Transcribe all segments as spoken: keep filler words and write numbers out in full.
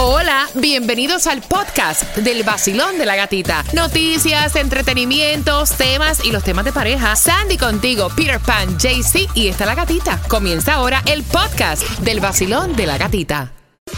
Hola, bienvenidos al podcast del Vacilón de la Gatita. Noticias, entretenimientos, temas y los temas de pareja. Sandy contigo, Peter Pan, J C y está la gatita. Comienza ahora el podcast del Vacilón de la Gatita.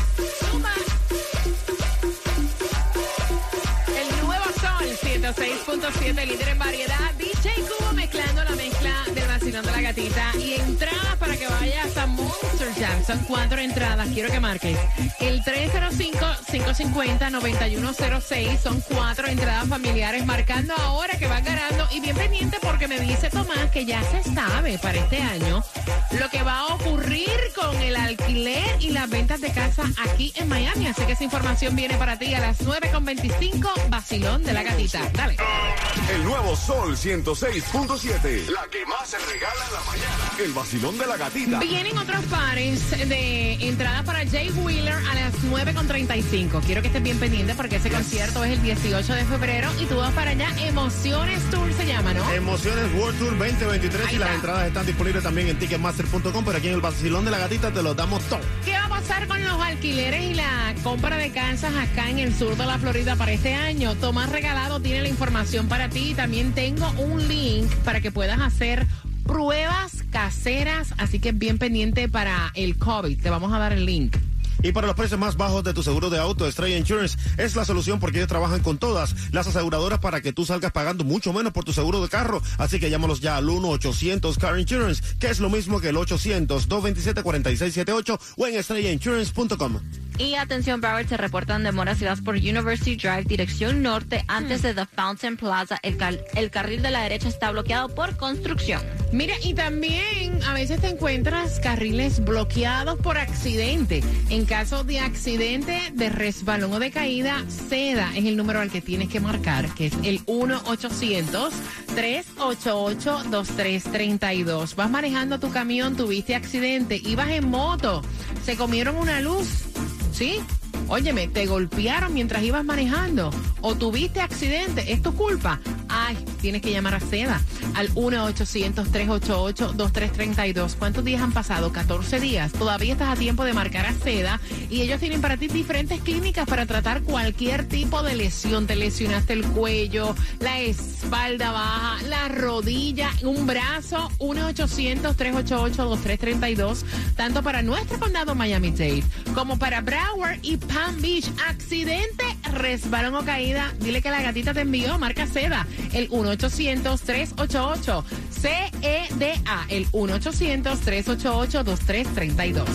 El nuevo Sol ciento seis punto siete, líder en variedad. D J Cubo mezclando la mezcla del Vacilón de la Gatita. Y entradas para que vayas a Monster Jam. Son cuatro entradas. Quiero que marques el tres cero cinco, cinco cinco cero, nueve uno cero seis. Son cuatro entradas familiares marcando ahora que van ganando. Y bien pendiente porque me dice Tomás que ya se sabe para este año lo que va a ocurrir con el alquiler y las ventas de casa aquí en Miami. Así que esa información viene para ti a las nueve con veinticinco. Vacilón de la Gatita. Dale. El nuevo Sol ciento seis punto siete. La que más se regala en la mañana. El Vacilón de la Gatita. Vienen otros pares de entradas para Jay Wheeler a las nueve con treinta y cinco. Quiero que estés bien pendiente porque ese concierto es el dieciocho de febrero y tú vas para allá. Emociones Tour se llama, ¿no? Emociones World Tour veinte veintitrés. Ahí y las está. entradas están disponibles también en ticketmaster punto com, pero aquí en el Vacilón de la Gatita te los damos todo. ¿Qué va a pasar con los alquileres y la compra de casas acá en el sur de la Florida para este año? Tomás Regalado tiene la información para ti. También tengo un link para que puedas hacer pruebas caseras, así que bien pendiente para el COVID. Te vamos a dar el link. Y para los precios más bajos de tu seguro de auto, Estrella Insurance es la solución porque ellos trabajan con todas las aseguradoras para que tú salgas pagando mucho menos por tu seguro de carro. Así que llámalos ya al uno ochocientos Car Insurance, que es lo mismo que el ochocientos, dos veintisiete, cuarenta y seis setenta y ocho o en estrella insurance punto com. Y atención, Broward, se reportan demoras si vas por University Drive, dirección norte, antes de The Fountain Plaza. El, car el carril de la derecha está bloqueado por construcción. Mira, y también a veces te encuentras carriles bloqueados por accidente. En caso de accidente, de resbalón o de caída, SEDA es el número al que tienes que marcar, que es el uno ochocientos, tres ocho ocho, dos tres tres dos. Vas manejando tu camión, tuviste accidente, ibas en moto, se comieron una luz, ¿sí? Óyeme, te golpearon mientras ibas manejando o tuviste accidente, ¿es tu culpa? Ay, tienes que llamar a SEDA al uno ochocientos, tres ocho ocho, dos tres tres dos. ¿Cuántos días han pasado? catorce días. Todavía estás a tiempo de marcar a SEDA y ellos tienen para ti diferentes clínicas para tratar cualquier tipo de lesión. Te lesionaste el cuello, la espalda baja, la rodilla, un brazo. uno ochocientos, tres ocho ocho, dos tres tres dos. Tanto para nuestro condado Miami-Dade como para Broward y Palm Beach. Accidente, resbalón o caída, dile que la gatita te envió, marca SEDA. El uno ochocientos, tres ocho ocho, C E D A. El uno ochocientos, tres ocho ocho, dos tres tres dos.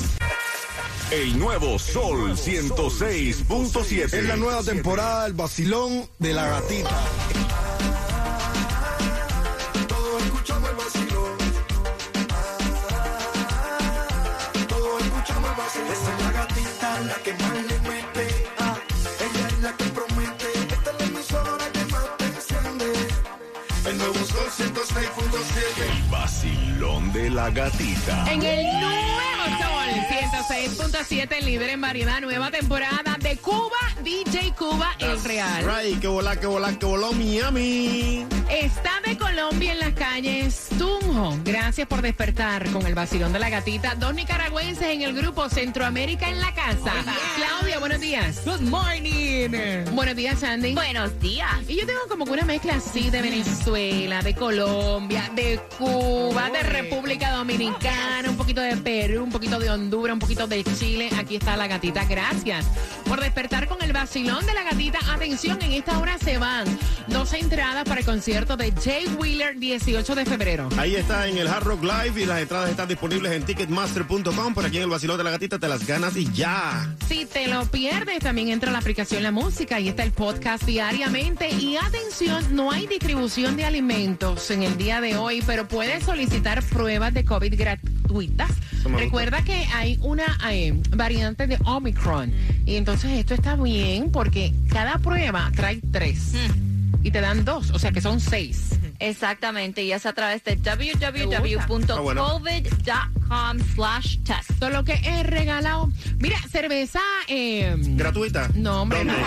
El nuevo Sol ciento seis punto siete. Es la nueva temporada del Vacilón de la Gatita. Todos escuchamos el vacilón. Todos escuchamos el vacilón. Esa es la gatita, la que más le mete. Ah, ella es la que promete. Esta es la emisora que más te enciende. El nuevo Sol ciento seis punto siete. El Vacilón de la Gatita. En el nuevo Sol ciento seis punto siete, líder en variedad, nueva temporada de Cuba, D J Cuba, el real. Right, que volá, que volá, que voló Miami. Está de Colombia en las calles Tunjo. Gracias por despertar con el Vacilón de la Gatita. Dos nicaragüenses en el grupo Centroamérica en la casa. Claudia, buenos días. Good morning. Buenos días, Sandy. Buenos días. Y yo tengo como que una mezcla así de Venezuela, de Colombia, de Cuba, de República Dominicana, un poquito de Perú, un poquito de Honduras, un poquito de Chile. Aquí está la gatita. Gracias por despertar con el Vacilón de la Gatita. Atención, en esta hora se van dos entradas para el concierto de Jay Wheeler, dieciocho de febrero. Ahí está en el Hard Rock Live y las entradas están disponibles en ticketmaster punto com, pero aquí en el Vacilón de la Gatita te las ganas y ya. Si te lo pierdes, también entra a la aplicación La Música y está el podcast diariamente. Y atención, no hay distribución de alimentos en el día de hoy, pero puedes solicitar pruebas de COVID gratuitas. Recuerda que hay una eh, variante de Omicron y entonces esto está bien porque cada prueba trae tres y te dan dos, o sea que son seis. Exactamente, y es a través de w w w punto covid punto com slash test. Todo lo que es regalado. Mira, cerveza... Eh, ¿Gratuita? No, hombre, ¿Dónde?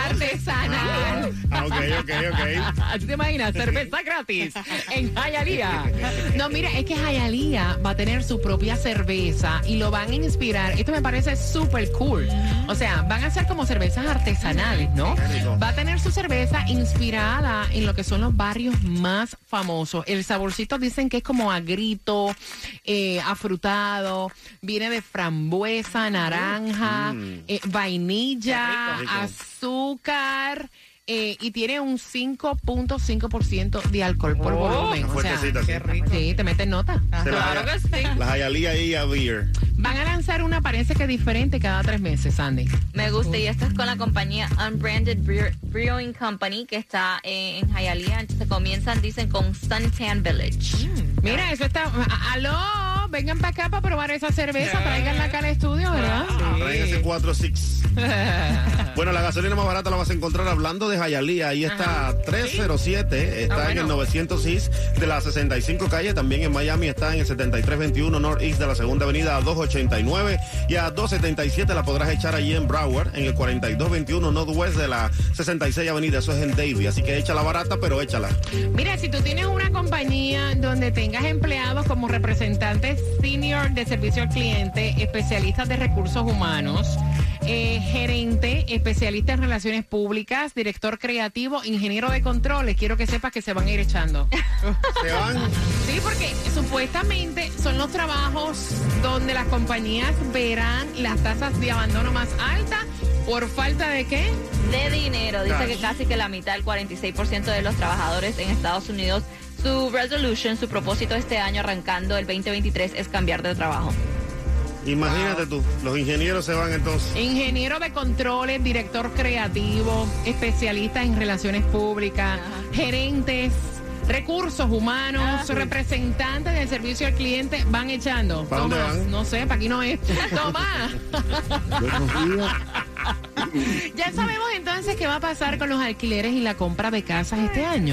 artesanal. Ah, ok, ok, ok. ¿Te imaginas? Cerveza gratis en Hialeah. No, mira, es que Hialeah va a tener su propia cerveza y lo van a inspirar. Esto me parece súper cool. O sea, van a ser como cervezas artesanales, ¿no? Va a tener su cerveza inspirada en lo que son los barrios más famosos. El saborcito dicen que es como a grito, eh, afrutado, viene de frambuesa, naranja, Mm. eh, vainilla, Qué rico. azúcar. Eh, y tiene un cinco punto cinco por ciento de alcohol por Oh, volumen. O sea, fuertecita, qué sí. rico. Sí, te meten nota. Se Claro la- que sí. La Hialeah y a Beer. Van a lanzar una, parece que diferente cada tres meses, Sandy. Me gusta, y esto es con la compañía Unbranded Brew- Brewing Company, que está eh, en Hialeah. Entonces comienzan, dicen, con Suntan Village. Mira, eso está... a- ¡Aló! Vengan para acá para probar esa cerveza. Traiganla acá al estudio, ¿verdad? Traen ese cuatro six. Bueno, la gasolina más barata la vas a encontrar hablando de Hialeah. Ahí está tres cero siete, está Ah, en bueno. el novecientos seis de la sesenta y cinco calle. También en Miami está en el setenta y tres veintiuno Northeast de la segunda avenida a dos ochenta y nueve. Y a dos setenta y siete la podrás echar allí en Broward, en el cuarenta y dos veintiuno Northwest de la sesenta y seis avenida. Eso es en Davie. Así que échala barata, pero échala. Mira, si tú tienes una compañía donde tengas empleados como representantes senior de servicio al cliente, especialistas de recursos humanos, eh, gerente, especialista en relaciones públicas, director creativo, ingeniero de controles, quiero que sepas que se van a ir echando. Se van. Sí, porque supuestamente son los trabajos donde las compañías verán las tasas de abandono más altas. ¿Por falta de qué? De dinero. Dice Cash. que casi que la mitad, el cuarenta y seis por ciento de los trabajadores en Estados Unidos, su resolution, su propósito este año arrancando el veinte veintitrés es cambiar de trabajo. Imagínate tú, los ingenieros se van entonces. Ingeniero de controles, director creativo, especialista en relaciones públicas, gerentes, recursos humanos, representantes del servicio al cliente, van echando. ¿Para dónde Tomás, van? no sé, para aquí no es. Tomás. Ya sabemos entonces qué va a pasar con los alquileres y la compra de casas este año.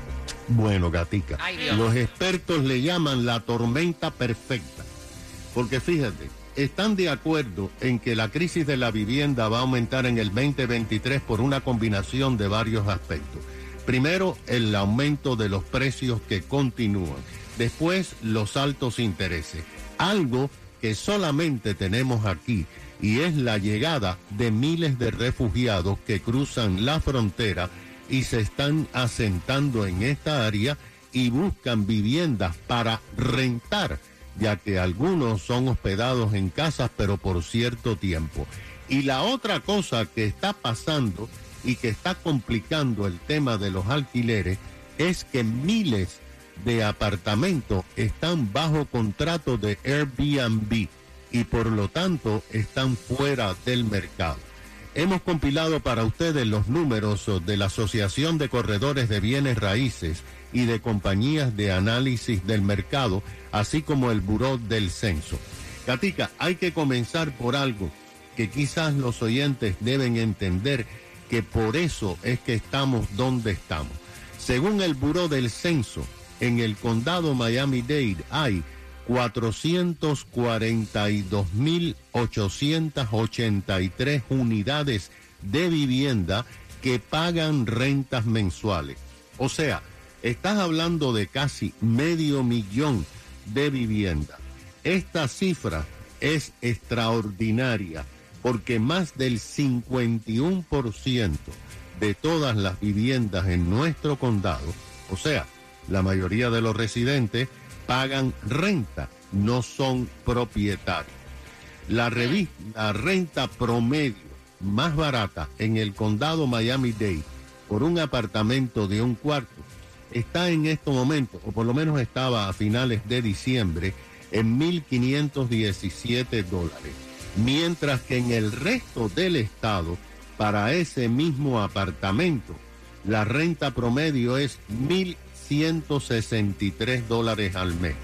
Bueno, gatica, Ay, Dios. los expertos le llaman la tormenta perfecta, porque fíjate, están de acuerdo en que la crisis de la vivienda va a aumentar en el veinte veintitrés por una combinación de varios aspectos. Primero, el aumento de los precios que continúan. Después, los altos intereses. Algo que solamente tenemos aquí, y es la llegada de miles de refugiados que cruzan la frontera y se están asentando en esta área y buscan viviendas para rentar, ya que algunos son hospedados en casas, pero por cierto tiempo. Y la otra cosa que está pasando y que está complicando el tema de los alquileres es que miles de apartamentos están bajo contrato de Airbnb y por lo tanto están fuera del mercado. Hemos compilado para ustedes los números de la Asociación de Corredores de Bienes Raíces y de compañías de análisis del mercado, así como el Buró del Censo. Gatica, hay que comenzar por algo que quizás los oyentes deben entender, que por eso es que estamos donde estamos. Según el Buró del Censo, en el condado Miami-Dade hay cuatrocientas cuarenta y dos mil ochocientas ochenta y tres unidades de vivienda que pagan rentas mensuales. O sea, estás hablando de casi medio millón de viviendas. Esta cifra es extraordinaria porque más del cincuenta y uno por ciento de todas las viviendas en nuestro condado, o sea, la mayoría de los residentes, pagan renta, no son propietarios. La, revi- la renta promedio más barata en el condado Miami-Dade por un apartamento de un cuarto está en estos momentos, o por lo menos estaba a finales de diciembre, en mil quinientos diecisiete dólares. Mientras que en el resto del estado, para ese mismo apartamento, la renta promedio es mil ciento sesenta y tres dólares al mes.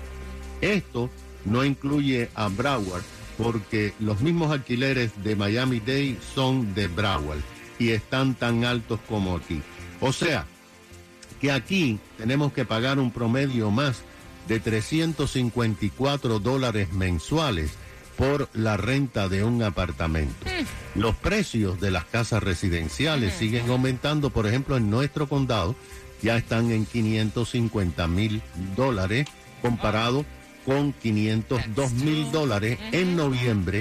Esto no incluye a Broward, porque los mismos alquileres de Miami-Dade son de Broward y están tan altos como aquí. O sea, que aquí tenemos que pagar un promedio más de trescientos cincuenta y cuatro dólares mensuales por la renta de un apartamento. Mm. Los precios de las casas residenciales mm. siguen aumentando. Por ejemplo, en nuestro condado ya están en quinientos cincuenta mil dólares comparado con quinientos dos mil dólares en noviembre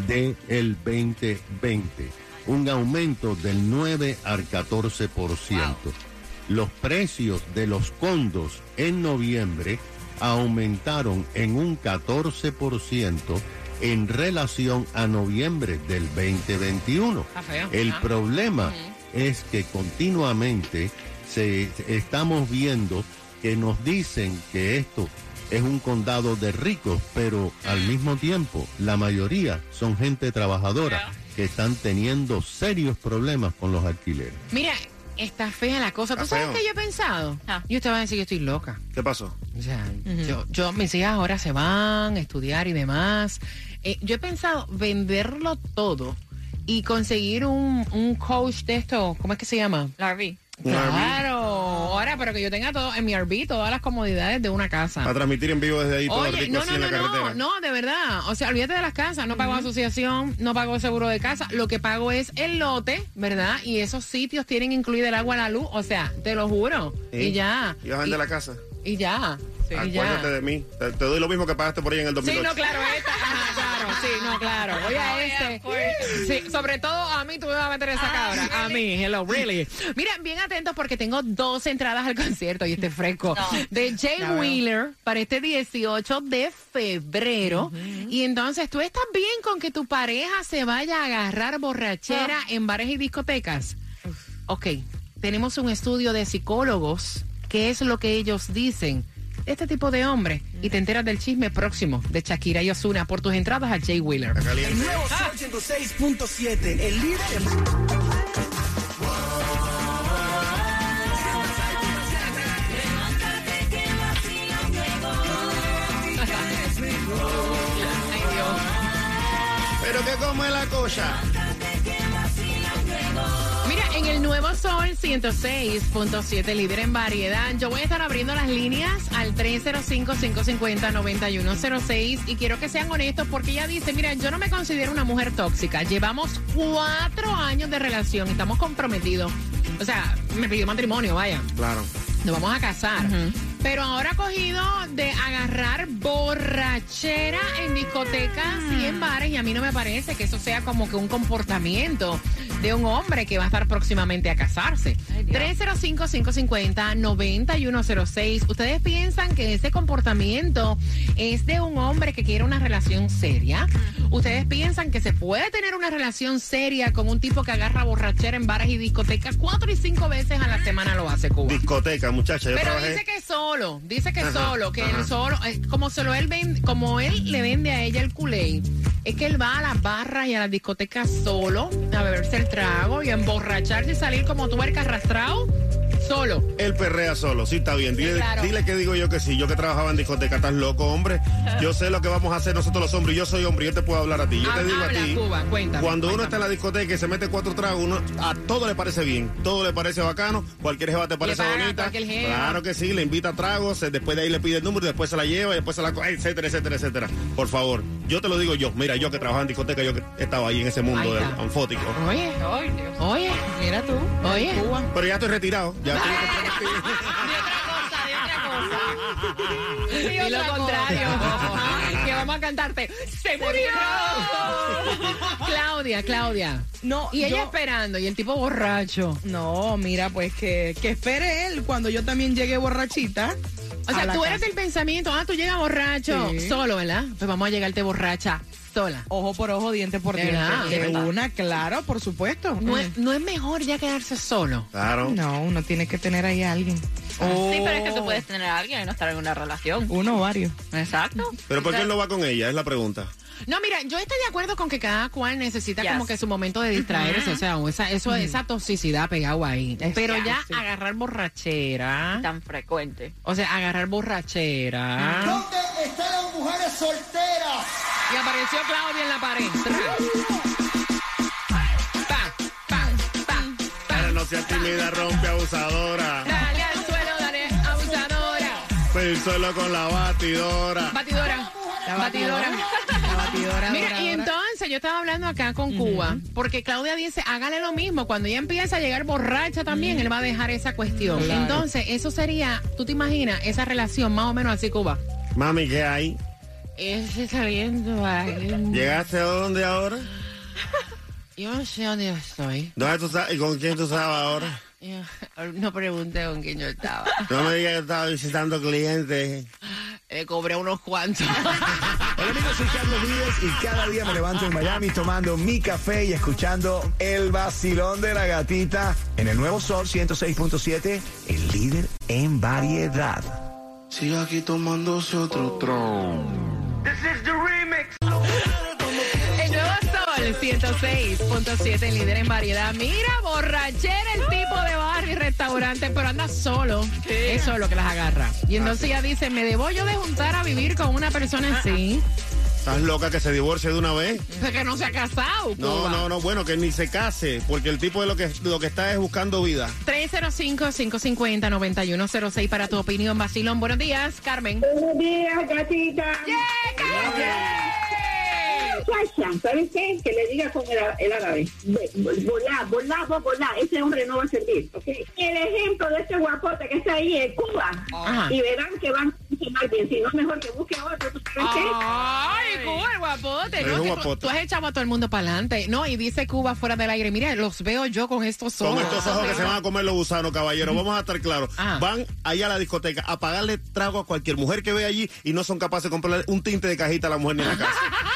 del veinte veinte. Un aumento del nueve al catorce por ciento. Wow. Los precios de los condos en noviembre aumentaron en un catorce por ciento en relación a noviembre del veinte veintiuno. El problema es que continuamente se, estamos viendo que nos dicen que esto es un condado de ricos, pero al mismo tiempo la mayoría son gente trabajadora que están teniendo serios problemas con los alquileres. Mira, está fea la cosa. ¿Tú sabes qué yo he pensado? Ah. Yo te voy a decir que estoy loca. ¿Qué pasó? O sea, uh-huh. yo, yo, mis hijas ahora se van a estudiar y demás. Eh, yo he pensado venderlo todo y conseguir un, un coach de esto, ¿cómo es que se llama? La R V. Claro, ahora, pero que yo tenga todo en mi R V, todas las comodidades de una casa. Para transmitir en vivo desde ahí todo el rico no, así no, en la no, carretera. No, no, de verdad. O sea, olvídate de las casas. No pago uh-huh. asociación, no pago seguro de casa. Lo que pago es el lote, ¿verdad? Y esos sitios tienen incluida el agua, la luz. O sea, te lo juro. Sí. Y ya. Y vas a vender la casa. Y ya. Sí, Acuérdate ya. de mí. Te, te doy lo mismo que pagaste por ahí en el dos mil ocho. Sí, no, claro, esta. Ajá, claro, sí, no, claro. Voy a este. Sí, sobre todo a mí, tú me vas a meter esa cabra. A mí, hello, really. Mira, bien atentos porque tengo dos entradas al concierto y este fresco no. de Jay no, Wheeler para este dieciocho de febrero. Uh-huh. Y entonces, ¿tú estás bien con que tu pareja se vaya a agarrar borrachera uh. en bares y discotecas? Uh. Ok, tenemos un estudio de psicólogos. ¿Qué es lo que ellos dicen? Este tipo de hombre. Y te enteras del chisme próximo de Shakira y Ozuna por tus entradas a Jay Wheeler. El nuevo Sol ciento seis punto siete, el líder en... Ay, Dios. Pero que como es la cosa. Mira, en el nuevo Sol ciento seis punto siete, líder en variedad, yo voy a estar abriendo las líneas al tres cero cinco, cinco cinco cero, nueve uno cero seis y quiero que sean honestos porque ella dice, mira, yo no me considero una mujer tóxica, llevamos cuatro años de relación, estamos comprometidos, o sea, me pidió matrimonio, vaya. Claro. Nos vamos a casar. Uh-huh. Pero ahora ha cogido de agarrar borrachera en discotecas y en bares y a mí no me parece que eso sea como que un comportamiento de un hombre que va a estar próximamente a casarse. tres cero cinco, cinco cinco cero, nueve uno cero seis. ¿Ustedes piensan que ese comportamiento es de un hombre que quiere una relación seria? ¿Ustedes piensan que se puede tener una relación seria con un tipo que agarra borrachera en bares y discotecas? Cuatro y cinco veces a la semana lo hace Cuba. Discoteca, muchacha. Yo Pero trabajé... dice que solo, dice que ajá, solo, que ajá. él solo, eh, como solo él vende, como él le vende a ella el culé, es que él va a las barras y a las discotecas solo a beberse el trago y a emborracharse y salir como tuerca arrastrado. Solo. Él perrea solo, sí, está bien. Dile, sí, claro. dile que digo yo que sí. Yo que trabajaba en discoteca, estás loco, hombre. Yo sé lo que vamos a hacer nosotros los hombres. Yo soy hombre, yo te puedo hablar a ti. Yo ah, te digo habla, a ti. Cuba, cuéntame, cuando cuéntame. uno está en la discoteca y se mete cuatro tragos, uno, a todo le parece bien. Todo le parece bacano. Cualquier jeva te parece paga, bonita. jeva. Claro que sí, le invita tragos. Después de ahí le pide el número y después se la lleva y después se la coge, etcétera, etcétera, etcétera. Por favor, yo te lo digo yo. Mira, yo que trabajaba en discoteca, yo que estaba ahí en ese mundo del anfótico. Oye, Ay, Dios. oye, mira tú. Oye. Cuba. Pero ya estoy retirado. Ya estoy De otra cosa, de otra cosa. Y lo contrario. Que vamos a cantarte. ¡Se murió! Claudia, Claudia. No, y ella yo- esperando, y el tipo borracho. No, mira, pues que, que espere él cuando yo también llegue borrachita. O sea, a la tú casa. eres del pensamiento, ah, tú llegas borracho, Sí. solo, ¿verdad? Pues vamos a llegarte borracha, sola. Ojo por ojo, diente por ¿De diente. verdad? De ¿De verdad? una, claro, por supuesto. No es, no es mejor ya quedarse solo. Claro. No, uno tiene que tener ahí a alguien. Sí, pero es que tú puedes tener a alguien y no estar en una relación. Uno o varios. Exacto. Pero ¿por qué él no va con ella? Es la pregunta. No, mira, yo estoy de acuerdo con que cada cual necesita Yes. como que su momento de distraerse, o sea, o esa, eso, esa toxicidad pegado ahí. Pero ya sí. agarrar borrachera, Tan frecuente. o sea, agarrar borrachera. ¿Dónde están las mujeres solteras? Y apareció Claudia en la pared. Pa, pa, pa, pa. Pero no seas tímida, rompe abusadora. Dale al suelo, dale, abusadora. Pedir solo con la batidora. Batidora. La batidora. La batidora. Mira, dora, y dora. entonces yo estaba hablando acá con uh-huh. Cuba, porque Claudia dice, hágale lo mismo. Cuando ella empieza a llegar borracha también, uh-huh. él va a dejar esa cuestión. Claro. Entonces, eso sería, ¿tú te imaginas esa relación más o menos así, Cuba? Mami, ¿qué hay? Ese saliendo ahí. ¿Llegaste a dónde ahora? Yo no sé dónde yo estoy. ¿Dónde tú estás? ¿Y con quién tú estabas ahora? Yo no pregunté con quién yo estaba. No me digas que estaba visitando clientes. Le cobré unos cuantos. Hola amigos, soy Carlos Díaz y cada día me levanto en Miami tomando mi café y escuchando el vacilón de la gatita en el nuevo Sol ciento seis punto siete, el líder en variedad. Sigue aquí tomándose otro tron. El nuevo Sol ciento seis punto siete, líder en variedad. Mira, borrachera el tipo de bar y restaurante, pero anda solo. Sí. Eso es lo que las agarra. Y entonces ella dice, ¿me debo yo de juntar a vivir con una persona así? ¿Estás loca que se divorcie de una vez? Que no se ha casado. No, Cuba. no, no, bueno, que ni se case, porque el tipo de lo que, lo que está es buscando vida. tres cero cinco, cinco cinco cero, nueve uno cero seis para tu opinión, vacilón. Buenos días, Carmen. Buenos días, gatita. ¡Yeah, Carmen! Chacha, ¿sabes qué? Que le diga con el, el árabe. Volá, volá, volá. Ese hombre no va a servir, ¿ok? El ejemplo de ese guapote que está ahí en Cuba. Ajá. Y verán que van a funcionar bien. Si no, mejor que busque otro. ¿Tú sabes qué? Ay, Cuba, el guapote. No, ¿no? que guapote. Tú, tú has echado a todo el mundo para adelante. No, y dice Cuba fuera del aire. Mira, los veo yo con estos ojos. Con estos ojos que se van a comer los gusanos, caballero. Vamos a estar claros. Ajá. Van allá a la discoteca a pagarle trago a cualquier mujer que ve allí y no son capaces de comprarle un tinte de cajita a la mujer ni en la casa.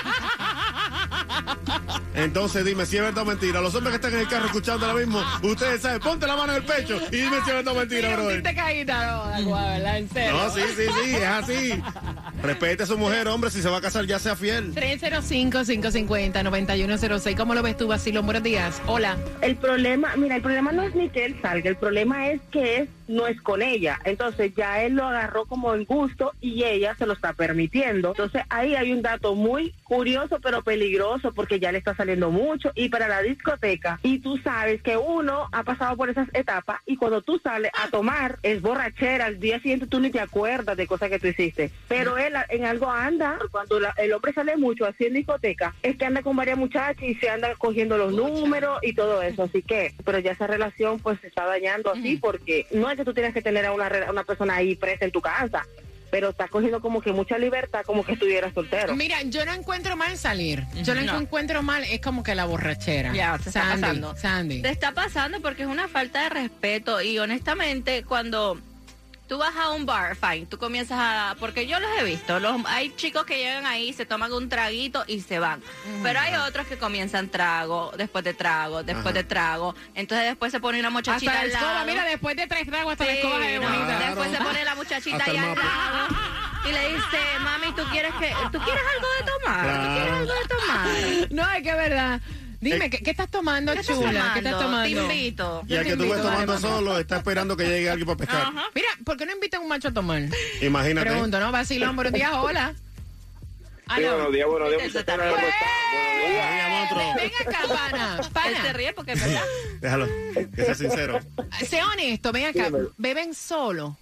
Entonces dime si es verdad o mentira. Los hombres que están en el carro escuchando ahora mismo, ustedes saben, ponte la mano en el pecho y dime si es verdad o mentira, bro. No, ¿verdad? En serio. No, sí, sí, sí, es así. Respete a su mujer, hombre, si se va a casar ya sea fiel. tres cero cinco, cinco cinco cero, nueve uno cero seis. ¿Cómo lo ves tú, Vacilón? Buenos días. Hola. El problema, mira, el problema no es ni que él salga, el problema es que es, no es con ella. Entonces ya él lo agarró como en gusto y ella se lo está permitiendo. Entonces ahí hay un dato muy curioso pero peligroso porque ya le está saliendo mucho y para la discoteca. Y tú sabes que uno ha pasado por esas etapas y cuando tú sales a tomar es borrachera. Al día siguiente tú ni te acuerdas de cosas que tú hiciste. Pero él en algo anda, cuando la, el hombre sale mucho así en discoteca, es que anda con varias muchachas y se anda cogiendo los números y todo eso. Así que, pero ya esa relación pues se está dañando así porque no es que tú tienes que tener a una, a una persona ahí presa en tu casa, pero está cogiendo como que mucha libertad, como que estuviera soltero. Mira, yo no encuentro mal salir. Yo no, no. encuentro mal, es como que la borrachera. Ya, te está Sandy, pasando. Sandy. Te está pasando porque es una falta de respeto y honestamente cuando tú vas a un bar, fine, tú comienzas a... Porque yo los he visto, los, hay chicos que llegan ahí, se toman un traguito y se van. Mm. Pero hay otros que comienzan trago, después de trago, después Ajá. de trago. Entonces después se pone una muchachita hasta la al escoba, lado. mira, después de tres tragos hasta sí, la escoba es no, bonita. Después se pone la muchachita ahí al lado y le dice, mami, ¿tú quieres que tú quieres algo de tomar? Claro. ¿Tú quieres algo de tomar? No, es que es verdad. Dime, ¿qué, ¿qué estás tomando, ¿Qué chula? estás tomando? ¿Qué estás tomando? Te invito. Y al que tú ves tomando solo, está esperando que llegue alguien para pescar. Ajá. Mira, ¿por qué no invitan a un macho a tomar? Imagínate. Pregunto, ¿no? Vacilón, buenos días, hola. Sí, buenos días, buenos días. Buenos días, Buenos días, monstruo. Ven acá, pana. pana. Él se ríe porque es verdad. Déjalo, que sea sincero. Sé honesto, ven acá. ¿Beben solo?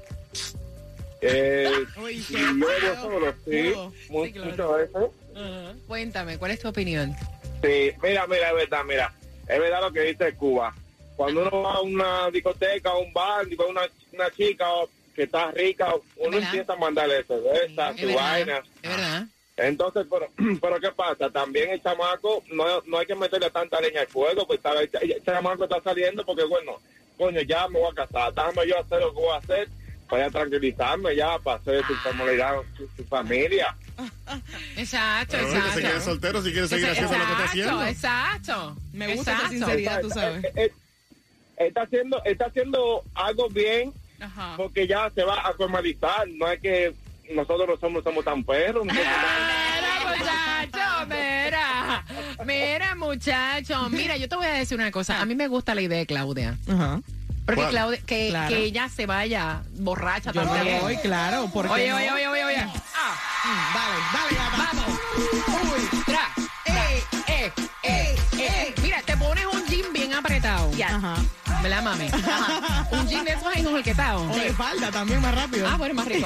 Eh, Uy, sí, yo bebo solo, sí. Oh, Muy, sí, claro. Muchas veces. Uh-huh. Cuéntame, ¿cuál es tu opinión? Sí, mira, mira, es verdad, mira. Es verdad lo que dice Cuba. Cuando uno va a una discoteca, a un bar, y ve una, una chica que está rica, uno empieza a mandarle cerveza, su vaina. Es verdad. Entonces, pero, pero ¿qué pasa? También el chamaco, no, no hay que meterle tanta leña al fuego, pues está, el, el chamaco está saliendo porque, bueno, coño, ya me voy a casar, déjame yo hacer lo que voy a hacer para tranquilizarme ya, para hacer su familia, su, su familia. Exacto, Pero exacto. que se quede soltero si quiere seguir Exacto, haciendo lo que está haciendo. Exacto. Me gusta exacto. esa sinceridad, tú sabes. Él, él, él está haciendo, está haciendo algo bien. Ajá. Porque ya se va a formalizar, no es que nosotros los hombres somos tan perros. Mira, muchacho, mira, mira, muchacho, mira, yo te voy a decir una cosa, a mí me gusta la idea de Claudia. Ajá. Porque ¿Cuál? Claudia, que, Claro. que ella se vaya borracha Yo también. me voy, claro. ¿Por qué Oye, no? oye, oye, oye, oye. Ah, Mm, Dale, dale, gata. vamos. Uy, tra, eh, eh, eh, eh. Mira, te pones un jean bien apretado. Ya. Ajá. ¿Verdad, mami? Ajá. Un jean de esos enjolquetados. O de falda también, más rápido. Ah, bueno, más rico.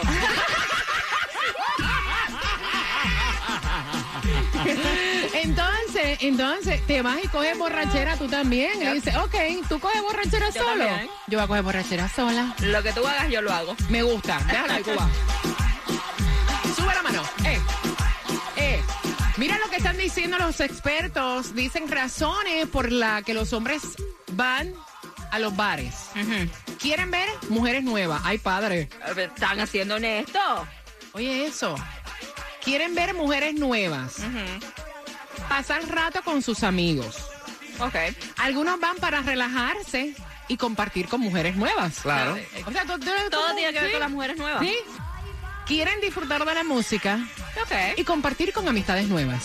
Entonces, entonces, te vas y coges borrachera tú también. Y dices, ok, tú coges borrachera Yo solo. también. Yo voy a coger borrachera sola. Lo que tú hagas, yo lo hago. Me gusta. Déjala ahí, Cuba. Sube la mano. Eh. Eh. Mira lo que están diciendo los expertos. Dicen razones por las que los hombres van a los bares. Uh-huh. Quieren ver mujeres nuevas. Ay, padre. ¿Están haciendo honesto? Oye, eso. Quieren ver mujeres nuevas. Uh-huh. Pasar rato con sus amigos. Ok. Algunos van para relajarse y compartir con mujeres nuevas. Claro. O sea, tú- tú- Todo tú- tiene que ver sí, con las mujeres nuevas. Sí. Quieren disfrutar de la música Ok. y compartir con amistades nuevas.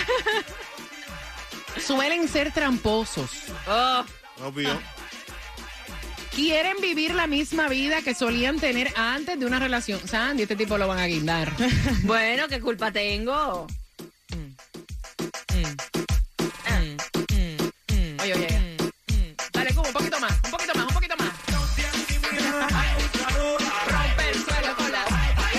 Suelen ser tramposos. Oh, Obvio. Quieren vivir la misma vida que solían tener antes de una relación. Sandy, este tipo lo van a guindar. bueno, ¿qué culpa tengo? Oye, oye, oye. Dale, Cuba, un poquito más, un poquito más, un poquito más. Rompe el suelo con la...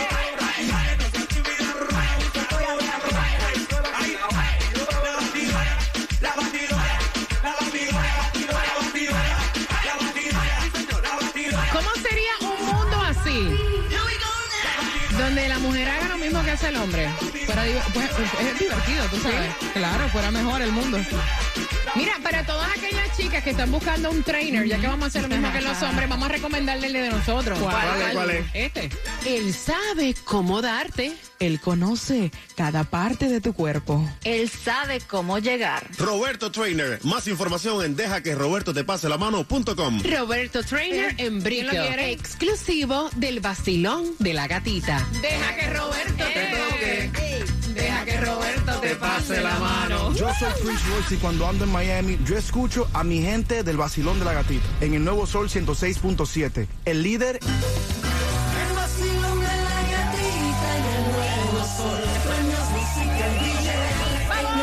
¿Cómo sería un mundo así? Donde la mujer haga lo mismo que hace el hombre. Fuera di- pues, es divertido, tú sabes. Claro, fuera mejor el mundo. Mira, para todas aquellas chicas que están buscando un trainer, ya que vamos a hacer lo mismo que los hombres, vamos a recomendarle el de nosotros. ¿Cuál? es? ¿Cuál es? Este. Él sabe cómo darte. Él conoce cada parte de tu cuerpo. Él sabe cómo llegar. Roberto Trainer. Más información en deja que Roberto te pase la mano punto com. Roberto Trainer en ¿Quién Brickell. lo quiere? Exclusivo del vacilón de la gatita. Deja que Roberto te toque. Deja que Roberto te pase la mano. Yo soy Chris Royce y cuando ando en Miami, yo escucho a mi gente del Vacilón de la Gatita en el Nuevo Sol ciento seis punto siete. El líder. El vacilón de la gatita y el nuevo sol. Premios, música, el D J. Baila,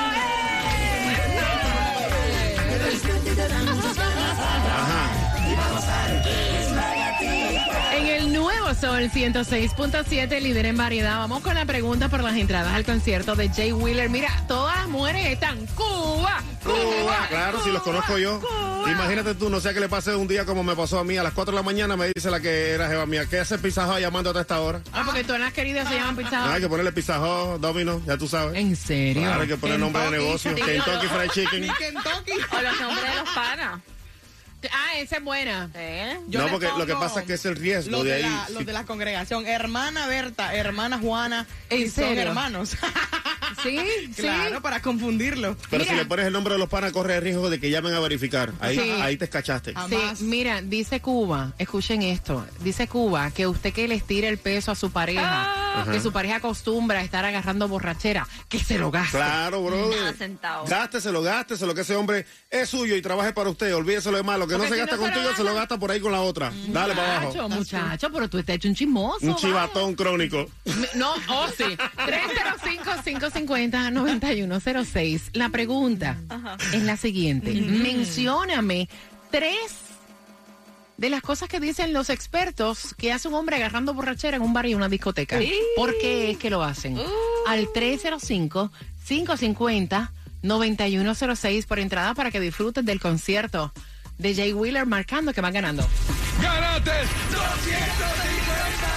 vacila. El rescate te dan muchas ganas. Y vamos a ver qué es la gatita. En el Nuevo Sol ciento seis punto siete, líder en variedad. Vamos con la pregunta por las entradas al concierto de Jay Wheeler. Mira, todas las mujeres están Cuba, Cuba. Cuba, claro, si los conozco yo. Cuba. Imagínate tú, no sé qué le pase un día como me pasó a mí. A las cuatro de la mañana me dice la que era jeva mía, ¿qué hace Pizza llamando hasta esta hora? Ah, porque todas las queridas se llaman No, Pizza hay que ponerle Pizza Hut, Domino, ya tú sabes. ¿En serio? Claro, hay que poner nombre de negocio. Kentucky Fried Chicken. Kentucky. O los nombres de los panas. Ah, esa es buena. ¿Eh? Yo No, le porque lo que pongo pasa es que es el riesgo los de de, ahí. la, Si- los de la congregación. Hermana Berta, hermana Juana. ¿En y son serio? hermanos. Sí, Claro, sí. para confundirlo. Pero Mira. si le pones el nombre de los panas, corre el riesgo de que llamen a verificar. Ahí, Sí. ahí te escachaste. Ah. Sí, Jamás. mira, dice Cuba, escuchen esto, dice Cuba que usted que les tire el peso a su pareja, que su pareja acostumbra a estar agarrando borrachera, que se lo gaste. Claro, brother. Nada sentado. Gásteselo, gásteselo, que ese hombre es suyo y trabaje para usted. Olvídeselo de más. Lo que Porque no se si gasta no se lo contigo, se lo gasta- gasta por ahí con la otra. Dale para abajo. Muchacho, muchacho, pero tú estás hecho un chismoso. Un vale. chivatón crónico. Me- No, oh sí. tres cero cinco, cinco cinco cero, nueve uno cero seis. La pregunta es la siguiente. Mencióname tres de las cosas que dicen los expertos que hace un hombre agarrando borrachera en un bar y una discoteca. ¿Por qué es que lo hacen? Al tres cero cinco, cinco cinco cero, nueve uno cero seis por entrada para que disfrutes del concierto de Jay Wheeler, marcando que van ganando. ¡Gánate doscientos cincuenta!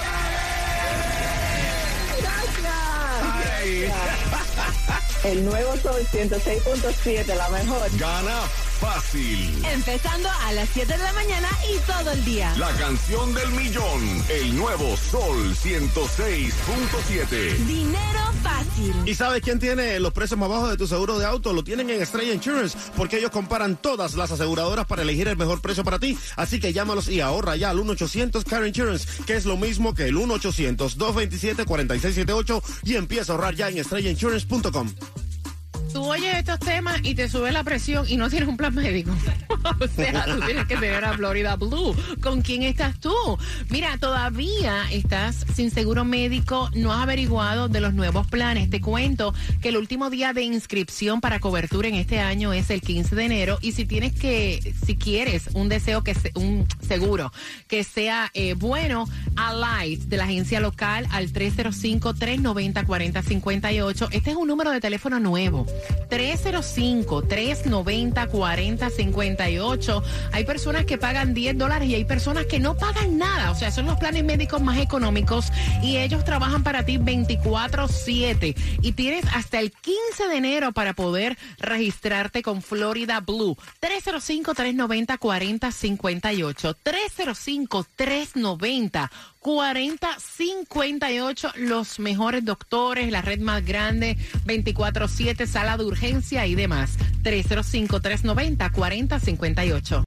El Nuevo Sol ciento seis punto siete, la mejor. Gana fácil. Empezando a las siete de la mañana y todo el día. La canción del millón. El Nuevo Sol ciento seis punto siete. Dinero fácil. ¿Y sabes quién tiene los precios más bajos de tu seguro de auto? Lo tienen en Estrella Insurance, porque ellos comparan todas las aseguradoras para elegir el mejor precio para ti. Así que llámalos y ahorra ya al uno ochocientos Car Insurance, que es lo mismo que el uno ochocientos, dos veintisiete, cuarenta y seis setenta y ocho, y empieza a ahorrar ya en estrella insurance punto com. tú oyes estos temas y te sube la presión y no tienes un plan médico. O sea, tú tienes que tener a Florida Blue. ¿Con quién estás tú? Mira, todavía estás sin seguro médico, no has averiguado de los nuevos planes. Te cuento que el último día de inscripción para cobertura en este año es el quince de enero y si tienes que, si quieres un deseo que se, un seguro que sea eh, bueno, Alight de la agencia local al tres cero cinco, tres nueve cero, cuatro cero cinco ocho. Este es un número de teléfono nuevo. tres cero cinco, tres nueve cero, cuatro cero cinco ocho. Hay personas que pagan diez dólares y hay personas que no pagan nada. O sea, son los planes médicos más económicos y ellos trabajan para ti veinticuatro siete. Y tienes hasta el quince de enero para poder registrarte con Florida Blue. tres cero cinco, tres nueve cero, cuatro cero cinco ocho. tres cero cinco, tres nueve cero, cuatro cero cinco ocho. Los mejores doctores, la red más grande, veinticuatro siete, sala de urgencia y demás. tres cero cinco, tres nueve cero, cuatro cero cinco ocho.